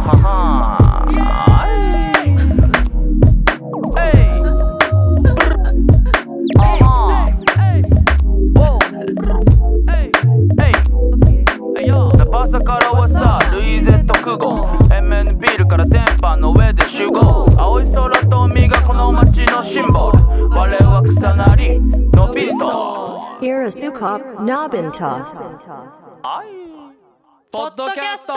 朝からはさ、ルイゼット空港 MN ビールから電波の上で集合。青い空と海がこの街のシンボル。我は草なりのビントス Irasukop Nobintos ポッドキャスト。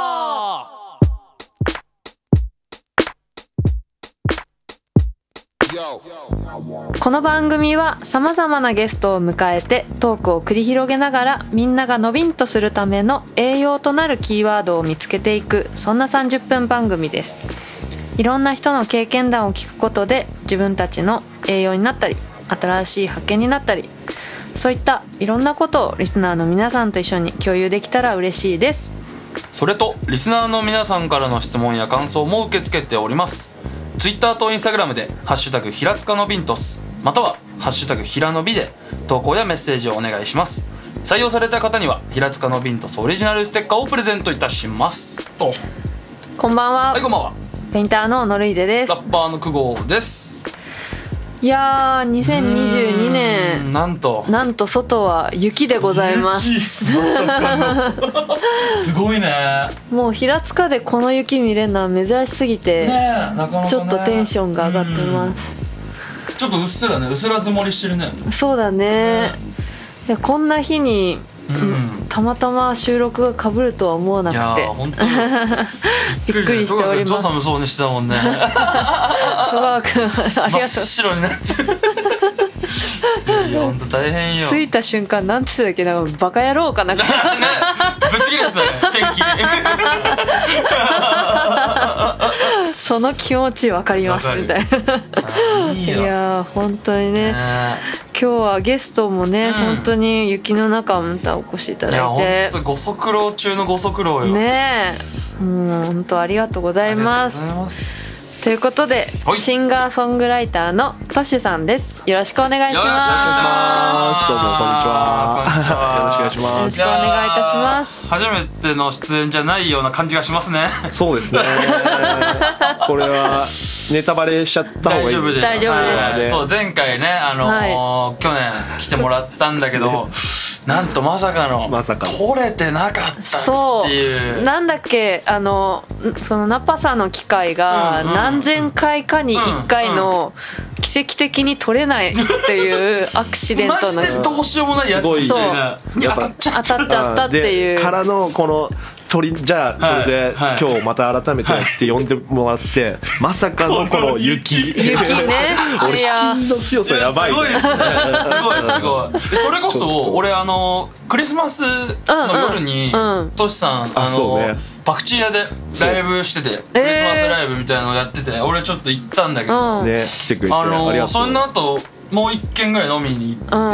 この番組はさまざまなゲストを迎えてトークを繰り広げながらみんながのびんとするための栄養となるキーワードを見つけていく、そんな30分番組です。いろんな人の経験談を聞くことで自分たちの栄養になったり新しい発見になったり、そういったいろんなことをリスナーの皆さんと一緒に共有できたら嬉しいです。 それとリスナーの皆さんからの質問や感想も受け付けております。Twitter と Instagram でハッシュタグひらつかのびんとすまたはハッシュタグひらのびで投稿やメッセージをお願いします。採用された方にはひらつかのびんとすオリジナルステッカーをプレゼントいたしますと。 こんばんは。 はい、こんばんは。 ペインターのノルイゼです。 ラッパーの久保です。 いやー、2022年なんと外は雪でございます。 すごいね。 もう平塚でこの雪見れるのは珍しすぎて、 なかなかね、 ちょっとテンションが上がってます。 ちょっとうっすら積もりしてるね。 そうだね。いや、こんな日に、たまたま収録が被るとは思わなくて、 いや本当にびっくりしております。 超寒そうにしてたもんね。 戸川君ありがとう。 真っ白になっていや本当大変よ。 着いた瞬間なんつってたっけ、なんかバカ野郎かなんか、ね、 ぶち切れてたね、天気その気持ち分かりますみたいな。いや本当にね、今日はゲストもね、本当に雪の中またお越しいただいて、 いや本当ご足労中のご足労よねえ、もう本当ありがとうございます。ということで、シンガーソングライターのトシュさんです。よろしくお願いします。 どうもこんにちは。よろしくお願いします。 よろしくお願いいたします。 初めての出演じゃないような感じがしますね。 そうですね。これはネタバレしちゃった方がいい。 大丈夫です。 そう、前回ね、去年来てもらったんだけど、なんとまさかの取れてなかったっていう。 そうなんだっけ、そのナパサの機械が何千回かに1回の奇跡的に取れないっていうアクシデントの、 マジでどうしようもないやつみたいなに当たっちゃったっていう。 からのこのじゃあそれで今日また改めてって呼んでもらって、まさかのこの雪ね。 俺引きの強さやばいね。 すごいですね。すごい。それこそ俺クリスマスの夜にトシさんパクチー屋でライブしてて、クリスマスライブみたいなのをやってて、俺ちょっと行ったんだけどね、来てくれてありがとう。 その後もう一軒ぐらい飲みに行って、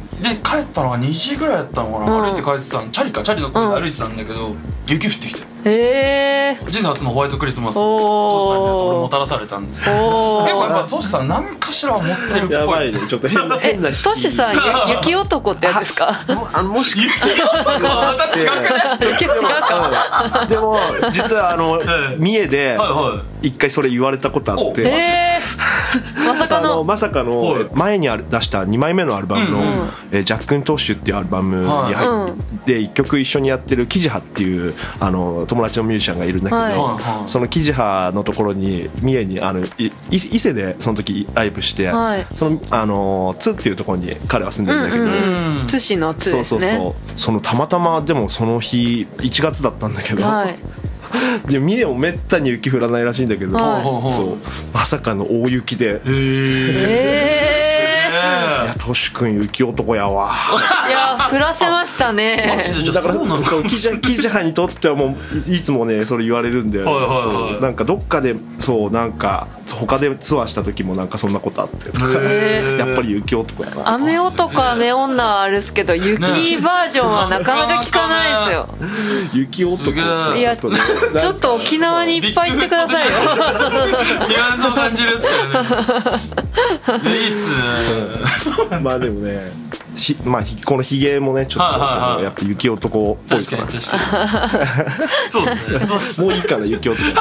で帰ったのが2時ぐらいだったのかな、歩いて帰ってたの、チャリの声で歩いてたんだけど、雪降ってきて、人生初のホワイトクリスマスをトシさんに俺もたらされたんですよ。結構やっぱトシさん何かしら持ってるっぽい。 やばいね、ちょっと変な人。 トシさん雪男ってやつですか？ もし雪男はまた違うか。 でも実は三重で一回それ言われたことあって、まさかの前に出した2枚目のアルバムのジャックン・トッシュっていうアルバムに入って1曲一緒にやってるキジハっていう友達のミュージシャンがいるんだけど、そのキジハのところに三重に伊勢でその時ライブして、その津っていうところに彼は住んでるんだけど、 津市の津ですね。 そのたまたまでもその日1月だったんだけど、で三重もめったに雪降らないらしいんだけど、そうまさかの大雪で、いやトシ君雪男やわ。 いや降らせましたね。 だからキジハにとってはもういつもねそれ言われるんだよね。なんかどっかでなんか他でツアーした時もなんかそんなことあってやっぱり雪男やな。 雨男雨女はあるっすけど、雪バージョンはなかなか聞かないですよ。 雪男。 いやちょっと沖縄にいっぱい行ってくださいよ。 ニュアンスを感じるっすよね。いいっすね。 まあでもねこのひげもねちょっとやっぱ雪男っぽいから。 確かにそうですね。 もういいかな雪男。よ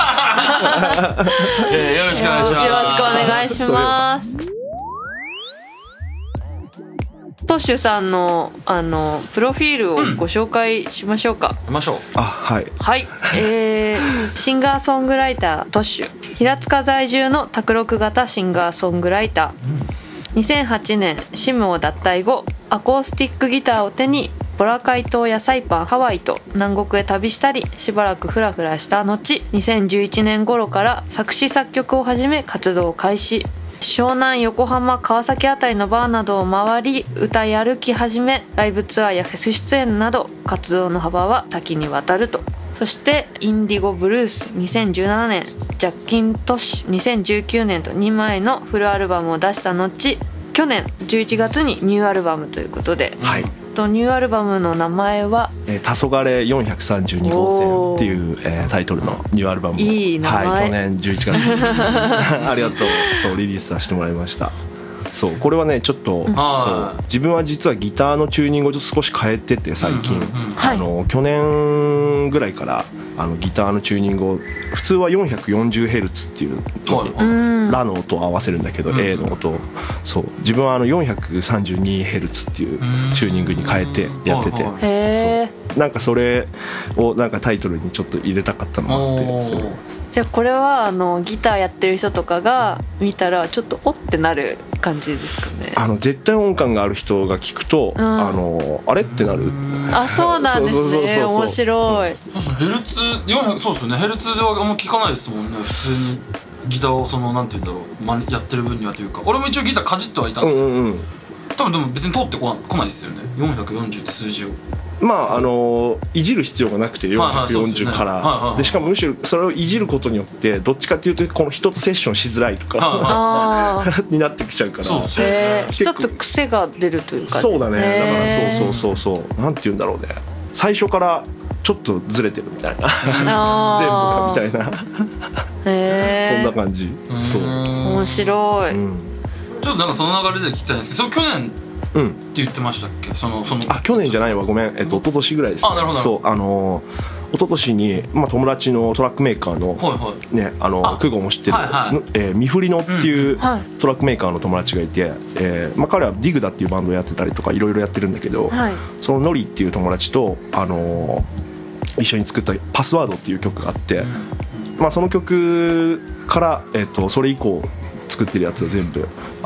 ろしくお願いします。 よろしくお願いします。トッシュさんのプロフィールをご紹介しましょうか。 しましょう。 はいはい、シンガーソングライタートッシュ、平塚在住の卓録型シンガーソングライター、2008年シムを脱退後アコースティックギターを手にボラカイ島やサイパン、ハワイと南国へ旅したりしばらくフラフラした後、2011年頃から作詞作曲を始め活動を開始。湘南、横浜、川崎あたりのバーなどを回り歌い歩き始め、ライブツアーやフェス出演など活動の幅は多岐にわたると。そしてインディゴブルース2017年、ジャッキントッシュ2019年と2枚のフルアルバムを出した後、去年11月にニューアルバムということで、 はい、 ニューアルバムの名前は黄昏432号線っていう、タイトルのニューアルバムをいい名前、 はい、去年11月にありがとう、そうリリースさせてもらいました。そうこれはねちょっと、そう自分は実はギターのチューニングを少し変えてて最近、去年ぐらいからギターのチューニングを普通は 440Hz っていうラの音を合わせるんだけど、A の音をそう自分は432Hz っていうチューニングに変えてやってて、そうなんかそれをなんかタイトルにちょっと入れたかったのがあって、そうじゃあこれはギターやってる人とかが見たらちょっとおってなる感じですかね。 絶対音感がある人が聞くと、あれってなる。 あ、そうなんですね。面白い。 ヘルツ400、そうですね。ヘルツではあんま聞かないですもんね。普通にギターをなんて言うんだろう、やってる分にはというか、俺も一応ギターかじってはいたんですよ。多分でも別に通ってこないですよね。440って数字を。 いじる必要がなくて440からでしかもむしろそれをいじることによってどっちかっていうとこの人とセッションしづらいとかになってきちゃうから、 一つ癖が出るというか、 そうだね。だからそうなんて言うんだろうね、最初からちょっとずれてるみたいな全部がみたいなそんな感じ。そう面白い。 ちょっとなんかその流れで聞きたいんですけど、去年って言ってましたっけ？ 去年じゃないわ、ごめん、一昨年ぐらいですね。 なるほど。 そう一昨年に、友達のトラックメーカーの、ね、クゴも知ってる、ミフリノっていうトラックメーカーの友達がいて、彼はディグダっていうバンドをやってたりとかいろいろやってるんだけど、そのノリっていう友達と、一緒に作ったパスワードっていう曲があって、その曲から、それ以降作ってるやつは全部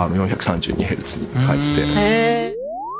432Hz に変えてて、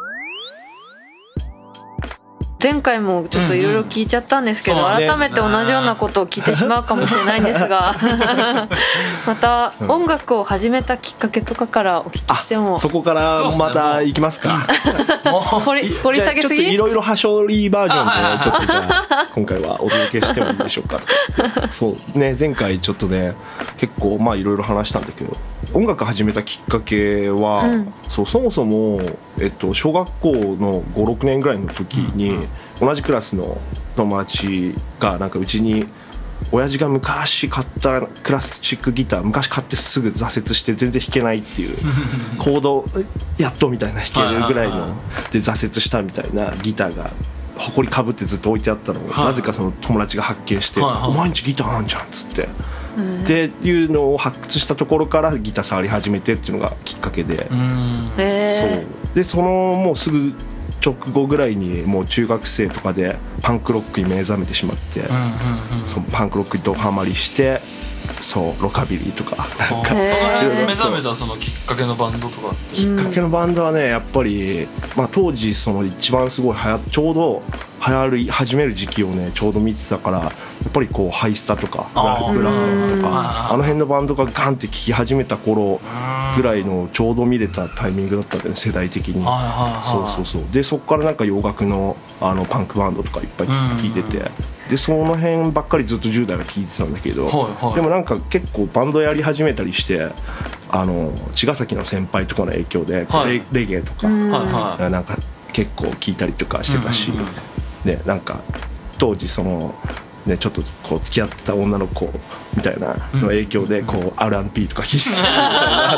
前回もちょっといろいろ聞いちゃったんですけど、改めて同じようなことを聞いてしまうかもしれないんですがまた音楽を始めたきっかけとかからお聞きしても。 そこからまた行きますか。 掘り下げすぎ。 ちょっといろいろはしょりバージョンでちょっとじゃあ今回はお届けしてもいいでしょうか。そうね、前回ちょっとね結構いろいろ話したんだけど、音楽始めたきっかけは、そもそも、小学校の 5,6 年ぐらいの時に、同じクラスの友達がなんかうちに親父が昔買ったクラシックギター、昔買ってすぐ挫折して全然弾けないっていうコードやっとみたいな弾けるぐらいので挫折したみたいなギターが埃かぶってずっと置いてあったのをなぜかその友達が発見して「お前んちギターあんじゃん」っつってっていうのを発掘したところからギター触り始めてっていうのがきっかけで、そうでそのもうすぐ直後ぐらいにもう中学生とかでパンクロックに目覚めてしまって、そのパンクロックにドハマりして、そうロカビリーとかなんかその辺目覚めたそのきっかけのバンドとかって。 きっかけのバンドはねやっぱり、当時その一番すごいちょうど流行り始める時期をねちょうど見てたから、やっぱりこうハイスタとかブラウンとかの辺のバンドがガンって聴き始めた頃ぐらいのちょうど見れたタイミングだったんだよね、世代的に。そうでそこからなんか洋楽のパンクバンドとかいっぱい聴いてて、でその辺ばっかりずっと10代は聴いてたんだけど、でもなんか結構バンドやり始めたりして茅ヶ崎の先輩とかの影響でレゲエとかなんか結構聴いたりとかしてたし、でなんか当時そのね、ちょっとこう付き合ってた女の子みたいなの影響でこう R&B とか聴いてたみたい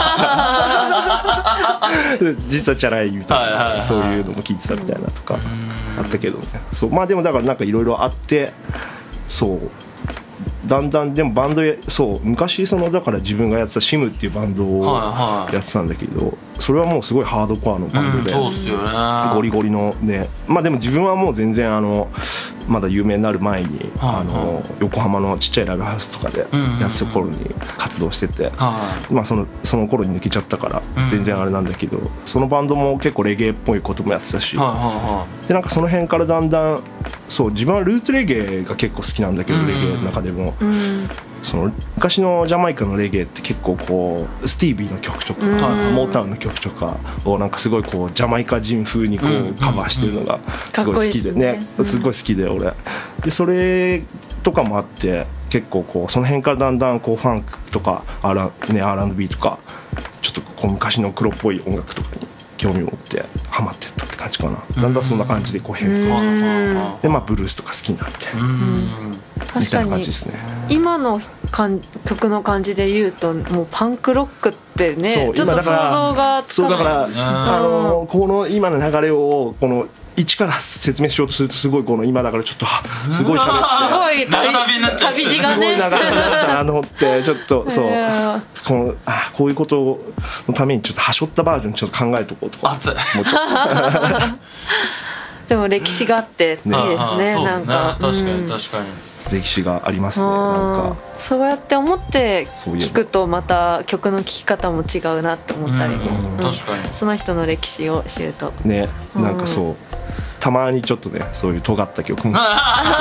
な実はチャラいみたいなそういうのも聴いてたみたいなとかあったけどね。そうまあでもだからなんかいろいろあってそうだんだんでもバンドそう昔そのだから自分がやってたシムっていうバンドをやってたんだけどそれはもうすごいハードコアのバンドで、 そうっすよね、 ゴリゴリのねまあでも自分はもう全然まだ有名になる前に横浜のちっちゃいライブハウスとかでやってた頃に活動しててまあその頃に抜けちゃったから全然あれなんだけどそのバンドも結構レゲエっぽいこともやってたしでなんかその辺からだんだんそう自分はルーツレゲエが結構好きなんだけどレゲエの中でもその昔のジャマイカのレゲエって結構こうスティービーの曲とかモータウンの曲とかをなんかすごいこうジャマイカ人風にこうカバーしてるのがすごい好きでねすごい好きで俺でそれとかもあって結構こうその辺からだんだんこうファンクとかR&B とかちょっとこう昔の黒っぽい音楽とかに興味を持ってハマってったって感じかな。だんだんそんな感じでこう変遷してでまあブルースとか好きになってみたいな感じですね。 今の曲の感じで言うともうパンクロックってねちょっと想像がつかない。そうだからこの今の流れをこの一から説明しようとするとすごいこの今だからちょっとすごい喋ってすごい旅路がねすごい長くなったなと思ってちょっとそうこういうことのためにちょっとはしょったバージョンちょっと考えとこうとか熱いもうちょっとでも歴史があっていいですねなんか確かに確かに歴史がありますね。なんかそうやって思って聞くとまた曲の聴き方も違うなって思ったり確かにその人の歴史を知るとねなんかそうたまにちょっとねそういう尖った曲もや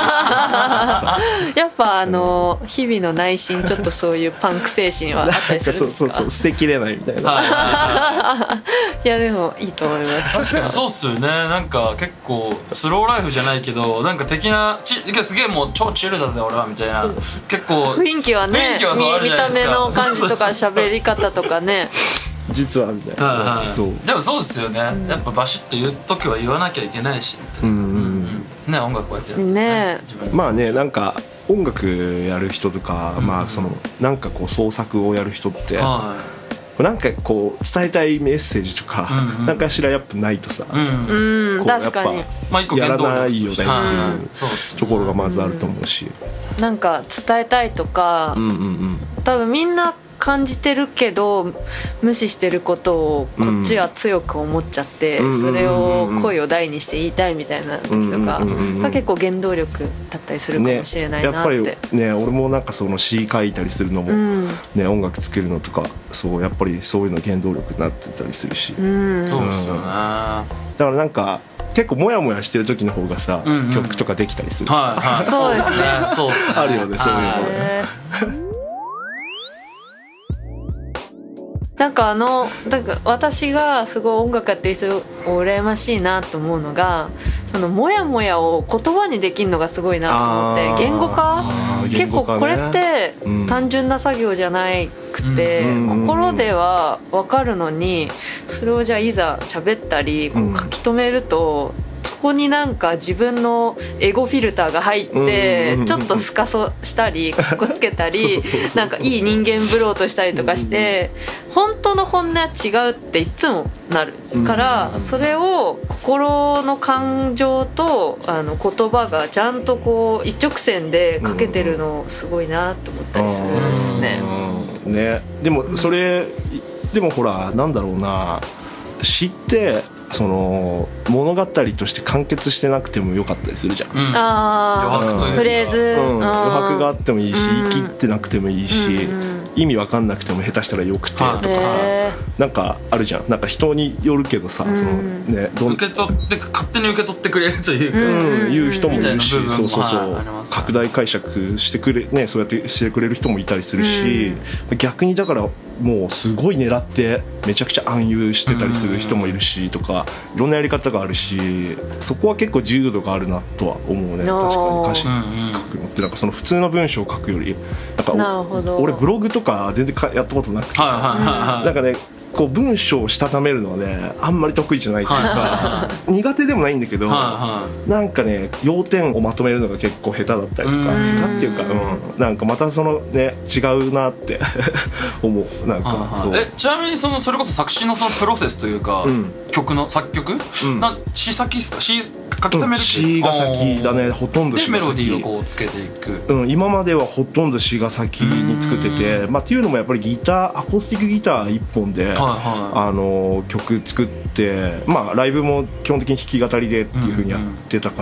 っぱ日々の内心ちょっとそういうパンク精神はあったりするんですか？ そう捨てきれないみたいないやでもいいと思います。 確かにそうっすよね。なんか結構スローライフじゃないけどなんか的なすげえもう超チルだぜ俺はみたいな結構雰囲気はね見た目の感じとか喋り方とかね実はみたいなでもそうですよね、やっぱバシッと言うときは言わなきゃいけないしね音楽こうやってねまあねなんか音楽やる人とかまあそのなんかこう創作をやる人ってなんかこう伝えたいメッセージとかなんかしらやっぱないとさこうやっぱやらないよねっていうところがまずあると思うしなんか伝えたいとか多分みんな感じてるけど無視してることをこっちは強く思っちゃってそれを声を大にして言いたいみたいな時とかが結構原動力だったりするかもしれないなって、 やっぱりね俺もなんかその詩書いたりするのもね音楽作るのとかそうやっぱりそういうの原動力になってたりするしそうですよね。だからなんか結構モヤモヤしてる時の方がさ曲とかできたりするそうですねあるよねそういうのねなんか私がすごい音楽やってる人を羨ましいなと思うのがそのモヤモヤを言葉にできるのがすごいなと思って言語化結構これって単純な作業じゃなくて心では分かるのにそれをじゃあいざ喋ったりこう書き留めるとそこになんか自分のエゴフィルターが入ってちょっとスカソしたりかっこつけたりなんかいい人間ぶろうとしたりとかして本当の本音は違うっていつもなるからそれを心の感情と言葉がちゃんとこう一直線で書けてるのすごいなと思ったりするんですね。 ねでもそれでもほらなんだろうな知ってその物語として完結してなくてもよかったりするじゃん、 余白というかフレーズ、 余白があってもいいし言い切ってなくてもいいし、意味わかんなくても下手したらよくてとかさなんかあるじゃんなんか人によるけどさその、ね、 受け取って勝手に受け取ってくれるというか、 いう人もいるしそう拡大解釈してくれねそうやってしてくれる人もいたりするし、逆にだからもうすごい狙ってめちゃくちゃ暗喩してたりする人もいるしとかいろんなやり方があるしそこは結構自由度があるなとは思うね。確かに歌詞書くのってなんかその普通の文章を書くよりなんか俺ブログとか全然やったことなくてなんかねこう文章をしたためるのはねあんまり得意じゃないというか苦手でもないんだけど、なんかね要点をまとめるのが結構下手だったりとか、下手っていうか、なんかまたそのね違うなって思う。なんかそうちなみにそれこそ作詞のそのプロセスというか、曲の作曲詞先っすか？詞書き留める詞が先だね、ほとんど詞が先でメロディーをこうつけていく。 今まではほとんど詞が先に作ってて、っていうのもやっぱりアコースティックギター1本で、曲作って、ライブも基本的に弾き語りでっていう風にやってたから、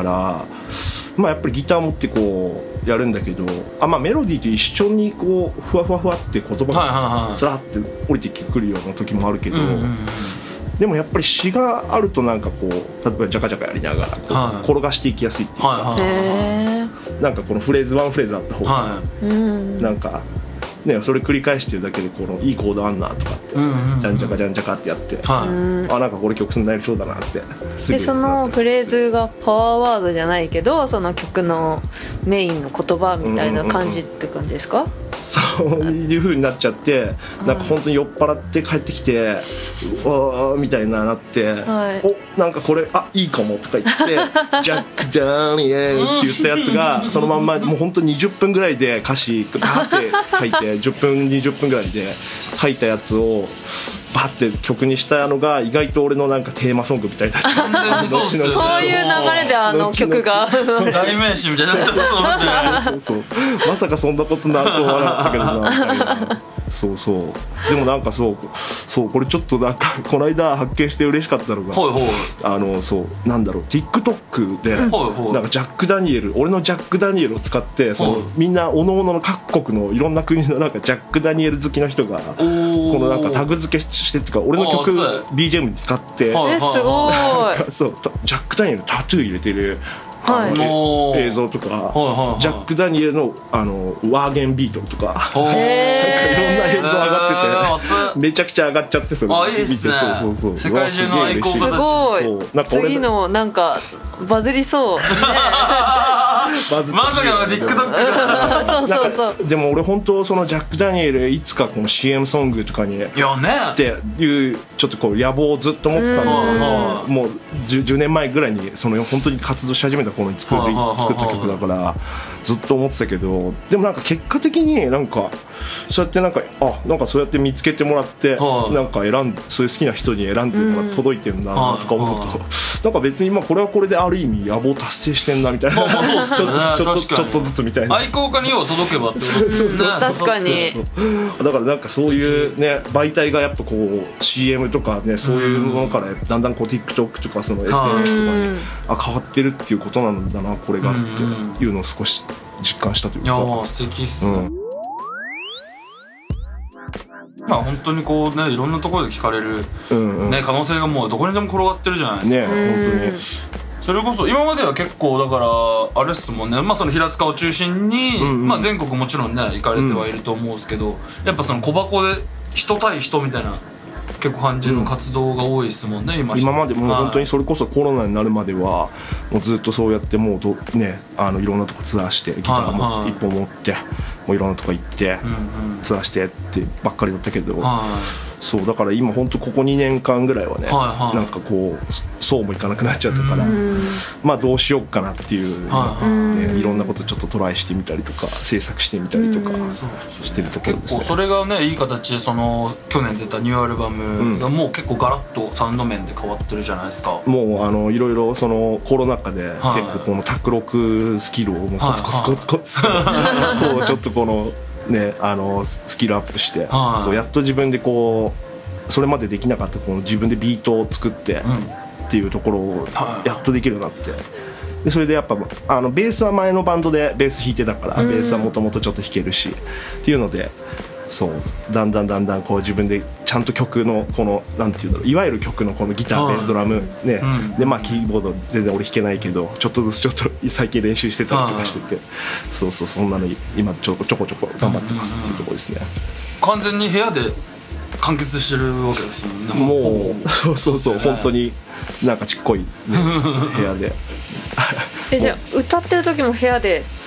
やっぱりギター持ってこうやるんだけど、メロディーと一緒にこうふわふわふわって言葉がスラッて降りてくるような時もあるけど、でもやっぱり詩があるとなんかこう例えばジャカジャカやりながらこう転がしていきやすいっていうか、なんかこのフレーズワンフレーズあった方がなんかね、それ繰り返してるだけでこのいいコードあんなとかってじゃんじゃかじゃんじゃかってやって、なんかこれ曲になりそうだなって。 でそのフレーズがパワーワードじゃないけどその曲のメインの言葉みたいな感じって感じですか？ そういう風になっちゃって、なんか本当に酔っ払って帰ってきておーみたいなって、おなんかこれいいかもとか言ってジャック・ダニエルって言ったやつがそのまんまもう本当に20分ぐらいで歌詞バーって書いて10分20分ぐらいで書いたやつをバッて曲にしたのが意外と俺のなんかテーマソングみたいになっちゃう。 そういう流れで曲が代名詞みたいになっちゃった。 そうまさかそんなことになると思わなかったけどなみたいな。そうでもなんかそうこれちょっとなんかこの間発見して嬉しかったのが、そうなんだろう TikTok でなんかジャック・ダニエル俺のジャック・ダニエルを使ってみんな各々の各国のいろんな国のなんかジャック・ダニエル好きの人がこのなんかタグ付けしてっていうか俺の曲 BGM に使ってすごいそうジャック・ダニエルタトゥー入れてる映像とか、ジャック・ダニエルのワーゲンビートとかなんかいろんな映像上がっててめちゃくちゃ上がっちゃってそれいいっすね。 そう世界中のアイコンすごい次のなんかバズりそうまさかの TikTok そうでも俺本当そのジャック・ダニエルいつかこの CM ソングとかにっていうちょっとこう野望をずっと持ってたので、もう10年前ぐらいにその本当に活動し始めた頃に作った曲だからずっと思ってたけど、でもなんか結果的になんかそうやってなんかそうやって見つけてもらってなんかそういう好きな人に選んでもらって届いてるんだなとか思うとなんか別にこれはこれである意味野望達成してんなみたいなちょっとずつみたいな愛好家には届けばって確かにだからなんかそういうね媒体がやっぱこう CM とかねそういうものからだんだんこう TikTok とかその SNS とかに変わってるっていうことなんだなこれがっていうのを少し実感したというか。 いや素敵っすね。本当にこうねいろんなところで聞かれる可能性がもうどこにでも転がってるじゃないですか。 ね本当に。 それこそ今までは結構だからあれっすもんね、その平塚を中心に全国もちろんね行かれてはいると思うんですけど、やっぱその小箱で人対人みたいな結構感じの活動が多いですもんね。 今までもう本当にそれこそコロナになるまではもうずっとそうやってもうねいろんなとこツアーしてギターも一本持ってもういろんなとこ行ってツアーしてってばっかりだったけど、そうだから今本当ここ2年間ぐらいはねなんかこうそうもいかなくなっちゃったからどうしようかなっていういろんなことちょっとトライしてみたりとか制作してみたりとかしてるところですね。 結構それがねいい形でその去年出たニューアルバムがもう結構ガラッとサウンド面で変わってるじゃないですか。 もういろいろそのコロナ禍で結構この卓録スキルをもうコツコツコツコツこうちょっとこのねスキルアップしてそうやっと自分でこうそれまでできなかったこの自分でビートを作ってっていうところをやっとできるようになって、でそれでやっぱベースは前のバンドでベース弾いてたからベースはもともとちょっと弾けるしっていうのでそうだんだんこう自分でちゃんと曲のこのなんていうんだろういわゆる曲のこのギターベースドラムねでキーボード全然俺弾けないけどちょっとずつちょっと最近練習してたりとかしててそうそんなの今ちょこちょこ頑張ってますっていうところですね。 完全に部屋で完結してるわけですもんね。 もうそう本当になんかちっこい、ね、部屋でじゃあ歌ってる時も部屋で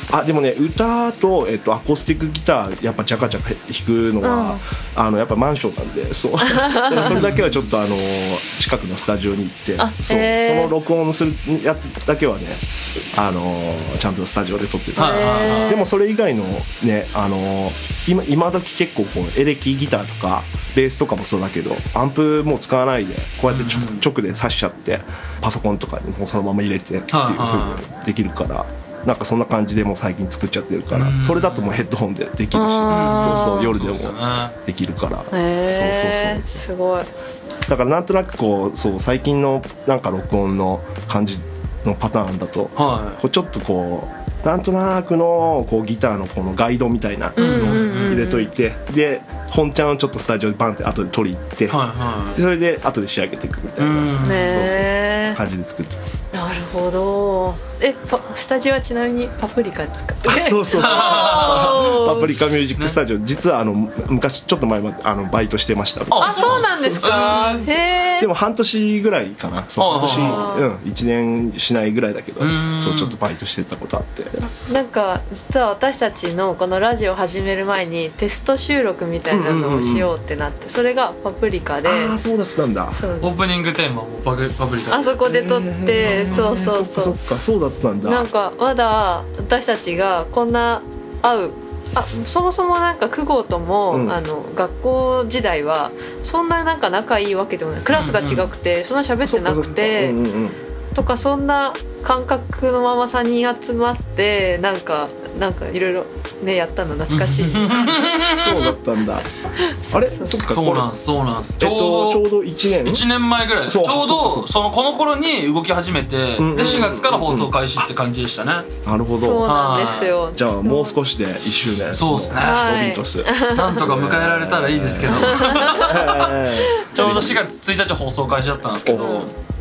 でもね歌と、アコースティックギターやっぱジャカジャカ弾くのが、やっぱマンションなんでそうだからそれだけはちょっと近くのスタジオに行ってその録音するやつだけはねちゃんとスタジオで撮ってる。でもそれ以外のね今時結構こうエレキギターとかベースとかもそうだけどアンプもう使わないでこうやって直で挿しちゃってパソコンとかにもそのまま入れてっていう風にできるからなんかそんな感じでもう最近作っちゃってるからそれだともうヘッドホンでできるしそう夜でもできるからそうすごい。 だからなんとなくこうそう最近のなんか録音の感じのパターンだとこうちょっとこうなんとなくのこうギターのこのガイドみたいなのを入れといてで本ちゃんをちょっとスタジオでバンって後で取り行ってでそれで後で仕上げていくみたいな感じで作ってます。 なるほど。スタジオはちなみにパプリカ使ってそうパプリカミュージックスタジオ実は昔ちょっと前までバイトしてました。 そうなんですか。 でも半年ぐらいかな半年1年しないぐらいだけどそうちょっとバイトしてたことあってなんか実は私たちのこのラジオ始める前にテスト収録みたいなのをしようってなってそれがパプリカでそうだったんだ。 オープニングテーマもパプリカあそこで撮ってそうそうだったんだ。 なんかまだ私たちがこんな会うそもそもなんか久保とも、学校時代はそんななんか仲いいわけでもないクラスが違くて、そんな喋ってなくてとかそんな感覚のまま3人集まってなんかいろいろねやったの懐かしいそうだったんだあれそっかそうなんですちょうど1 年前ぐらいちょうどこの頃に動き始めてで4月から放送開始って感じでしたね。 なるほどそうなんですよ。 じゃあもう少しで1周年そうですねロビントスなんとか迎えられたらいいですけどちょうど4月1日放送開始だったんですけど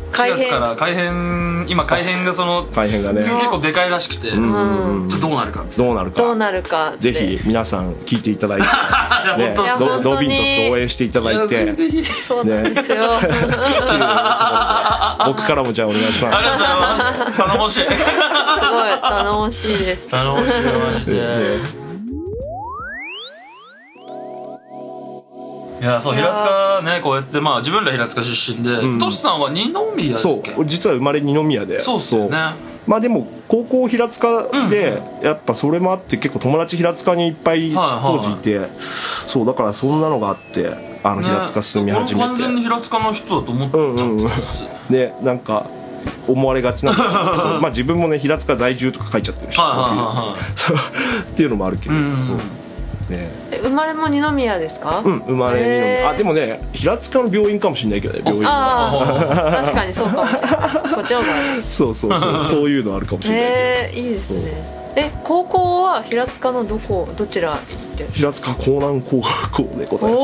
4月から改編が改編がね結構でかいらしくてどうなるかぜひ皆さん聞いていただいてロビントス応援していただいてそうなんですよ僕からもじゃあお願いします。 ありがとうございます頼もしいすごい頼もしいです頼もしいマジでいやそう平塚ねこうやって自分ら平塚出身でトシさんは二宮ですっけ。 そう実は生まれ二宮でそうっすよね。 でも高校平塚でやっぱそれもあって結構友達平塚にいっぱい当時いてそうだからそんなのがあって平塚住み始めて完全に平塚の人だと思っちゃったっすでなんか思われがちなんですけど自分もね平塚在住とか書いちゃってるしっていうのもあるけど生まれも二宮ですか。 生まれ二宮でもね平塚の病院かもしれないけどね病院は確かにそうかもしれないこっちの方がそういうのあるかもしれないいいですね。高校は平塚のどちら行って平塚江南高校でございます。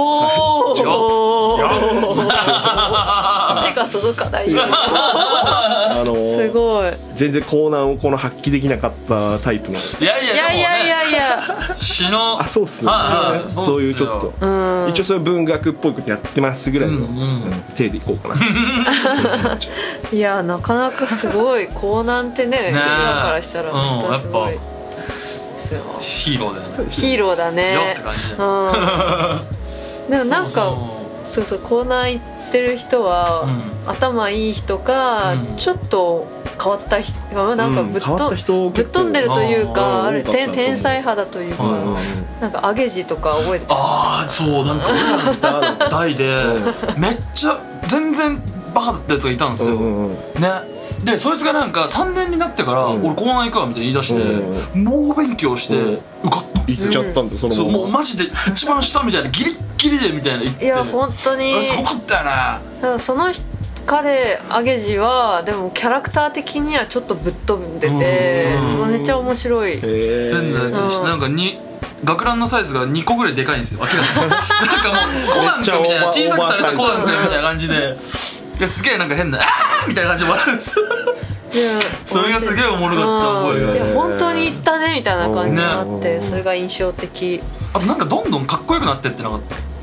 手が届かないよすごい全然江南を発揮できなかったタイプのいや詩のそうっすねそういうちょっと一応そういう文学っぽいことやってますぐらいの手でいこうかないやなかなかすごい江南ってねうちらからしたら本当すごいヒーローだよねヒーローだねよって感じだでもなんかそう江南行ってる人は頭いい人かちょっと変わった人なんかぶっ飛んでるというか天才派だというかなんか上げ字とか覚えてますそうなんか俺らみたいな代でめっちゃ全然バカだったやつがいたんですよね。でそいつがなんか3年になってから俺江南行くわみたいに言い出して猛勉強して受かったんですよ。 行っちゃったんだそのそうもうマジで一番下みたいなギリッギリでみたいな言っていや本当にすごかったよね。 その彼上げ字はでもキャラクター的にはちょっとぶっ飛んでてめっちゃ面白い変なやつにしてなんか学ランのサイズが2個ぐらいでかいんですよ明らかになんかもうコナンかみたいな小さくされたコナンかみたいな感じですげえなんか変なみたいな感じで笑うんですよそれがすげえおもろかった覚えがいや本当に言ったねみたいな感じがあってそれが印象的。 あとなんかどんどんかっこよくなってってなかった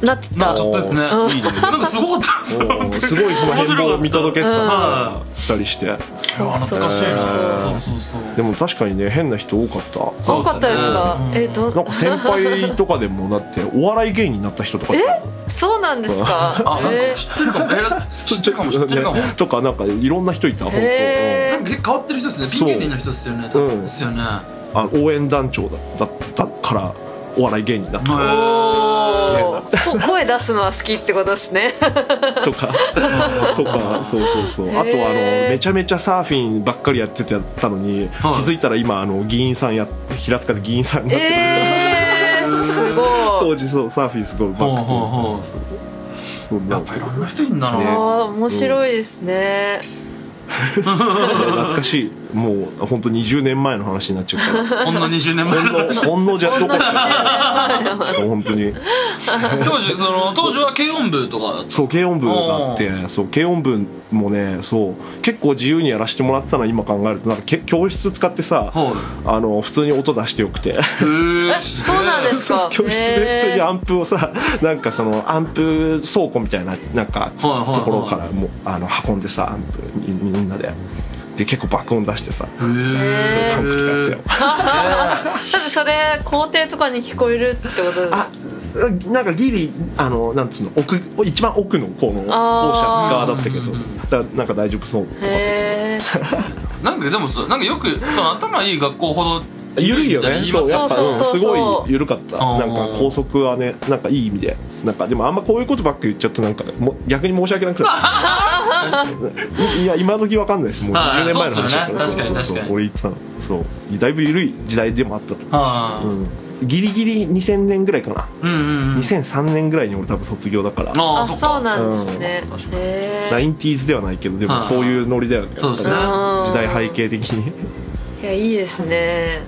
なってた。 ちょっとですね。 いいね。 なんかすごかったですよ。 すごいその辺を見届けてた二人して。 そう懐かしいな。そうでも確かにね変な人多かった。 多かったですか。 なんか先輩とかでもだってお笑い芸人になった人とか。 そうなんですか。 あ、なんか知ってるかも。知ってるかも。知ってるかも。 とかなんかいろんな人いた。本当。 なんか変わってる人ですね。ピン芸人の人ですよね。ですよね。 応援団長だったからお笑い芸人だった。 声出すのは好きってことですね。 とかそうあとめちゃめちゃサーフィンばっかりやってたのに気づいたら今議員さん平塚で議員さんになってる。 すごい。 当時そうサーフィンすごいばっかり。 やっぱいろんな人いるんだな。 面白いですね。 懐かしい。もう本当20年前の話になっちゃうから。 ほんの20年前の話。 ほんのじゃどこそう本当に。 当時は軽音部とか。 そう軽音部があって、そう軽音部もねそう結構自由にやらせてもらってたの今考えるとなんか教室使ってさ普通に音出してよくて。 そうなんですか。 教室で普通にアンプをさなんかそのアンプ倉庫みたいななんかところからも運んでさアンプみんなで結構爆音出してさそういうパンクとかやつよ。 だってそれ校庭とかに聞こえるってことですか。 なんかギリなんつうの一番奥のこの校舎側だったけどなんか大丈夫そうとかなんかでもなんかよくその頭いい学校ほど緩いよね。そうやっぱすごい緩かった。なんか校則はねなんかいい意味でなんかでもあんまこういうことばっか言っちゃうとなんか逆に申し訳なくなる。いや今時わかんないです。もう20年前の話だから。 確かに俺言ってたの。そうだいぶ緩い時代でもあったと。ギリギリ2000年ぐらいかな。2003年ぐらいに俺多分卒業だから。 あ、そうなんですね。 90s ではないけどでもそういうノリだよね。時代背景的に。 いやいいですね。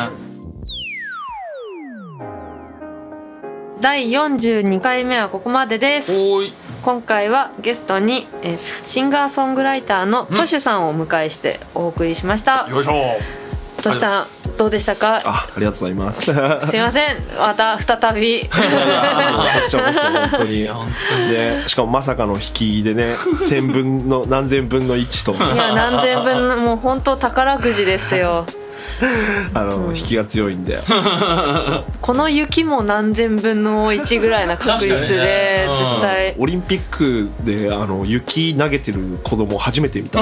第42回目はここまでです。今回はゲストにシンガーソングライターのトシュさんをお迎えしてお送りしました。 よいしょ。 トシさんどうでしたか。 ありがとうございます。 すいませんまた再び。 本当にでしかもまさかの引きでね1000分の何千分の1と。 いや何千分のもう本当宝くじですよ。 引きが強いんでこの雪も何千分の1ぐらいな確率で絶対オリンピックで雪投げてる子供初めて見た。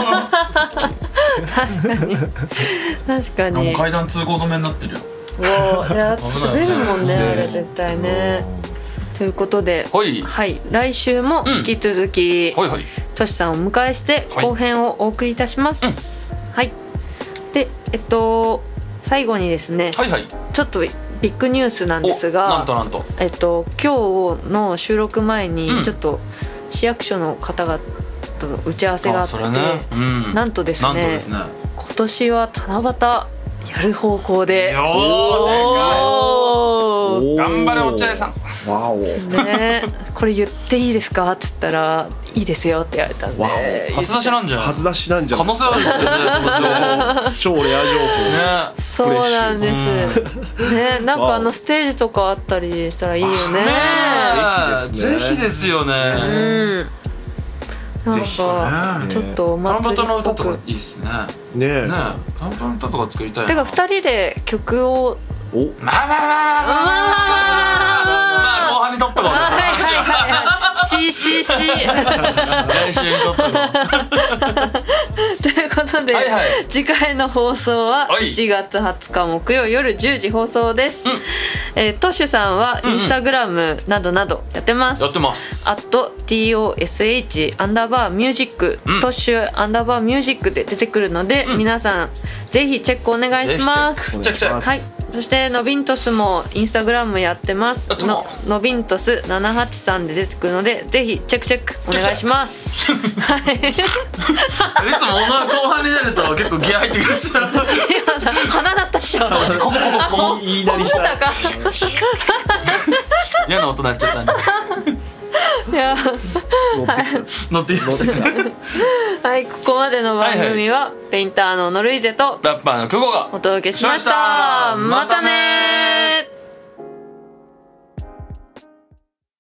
確かに階段通行止めになってるよ。 いや滑るもんねあれ絶対ね。ということで、来週も引き続きトシさんをお迎えして後編をお送りいたします。で最後にですね、ちょっとビッグニュースなんですが、今日の収録前にちょっと市役所の方々と打ち合わせがあって、なんとですね今年は七夕やる方向で。 頑張れ落合さん。 ね、これ言っていいですかっつったらいいですよって言われたんで。 初出しなんじゃん。 初出しなんじゃん。 可能性あるんですよね。 超レア情報ね。 そうなんですね。なんかステージとかあったりしたらいいよね。 ぜひですよね。 なんかちょっとお祭りっぽく。 七夕の歌とかいいですね。 ねえ。 七夕の歌とか作りたいな。 てか2人で曲をまあ後半に撮ったこと話は。 来週に撮ったということで、次回の放送は1月20日木曜夜10時放送です。トシュさんはインスタグラムなどなどやってます。 やってます。 @TOSH_music トッシュ_musicで出てくるので、皆さんぜひチェックお願いします。はい。そしてノビントスもインスタグラムやってます。ノビントス783で出てくるのでぜひチェックお願いします。はい。いつも後半になると結構ギア入ってくるし。今さ鼻鳴ったっしょ。 こ言いなりした。 嫌な音鳴っちゃったんで。 いや乗ってきました。 はい、ここまでの番組はペインターのノルイゼとラッパーのクゴがお届けしました。またねー。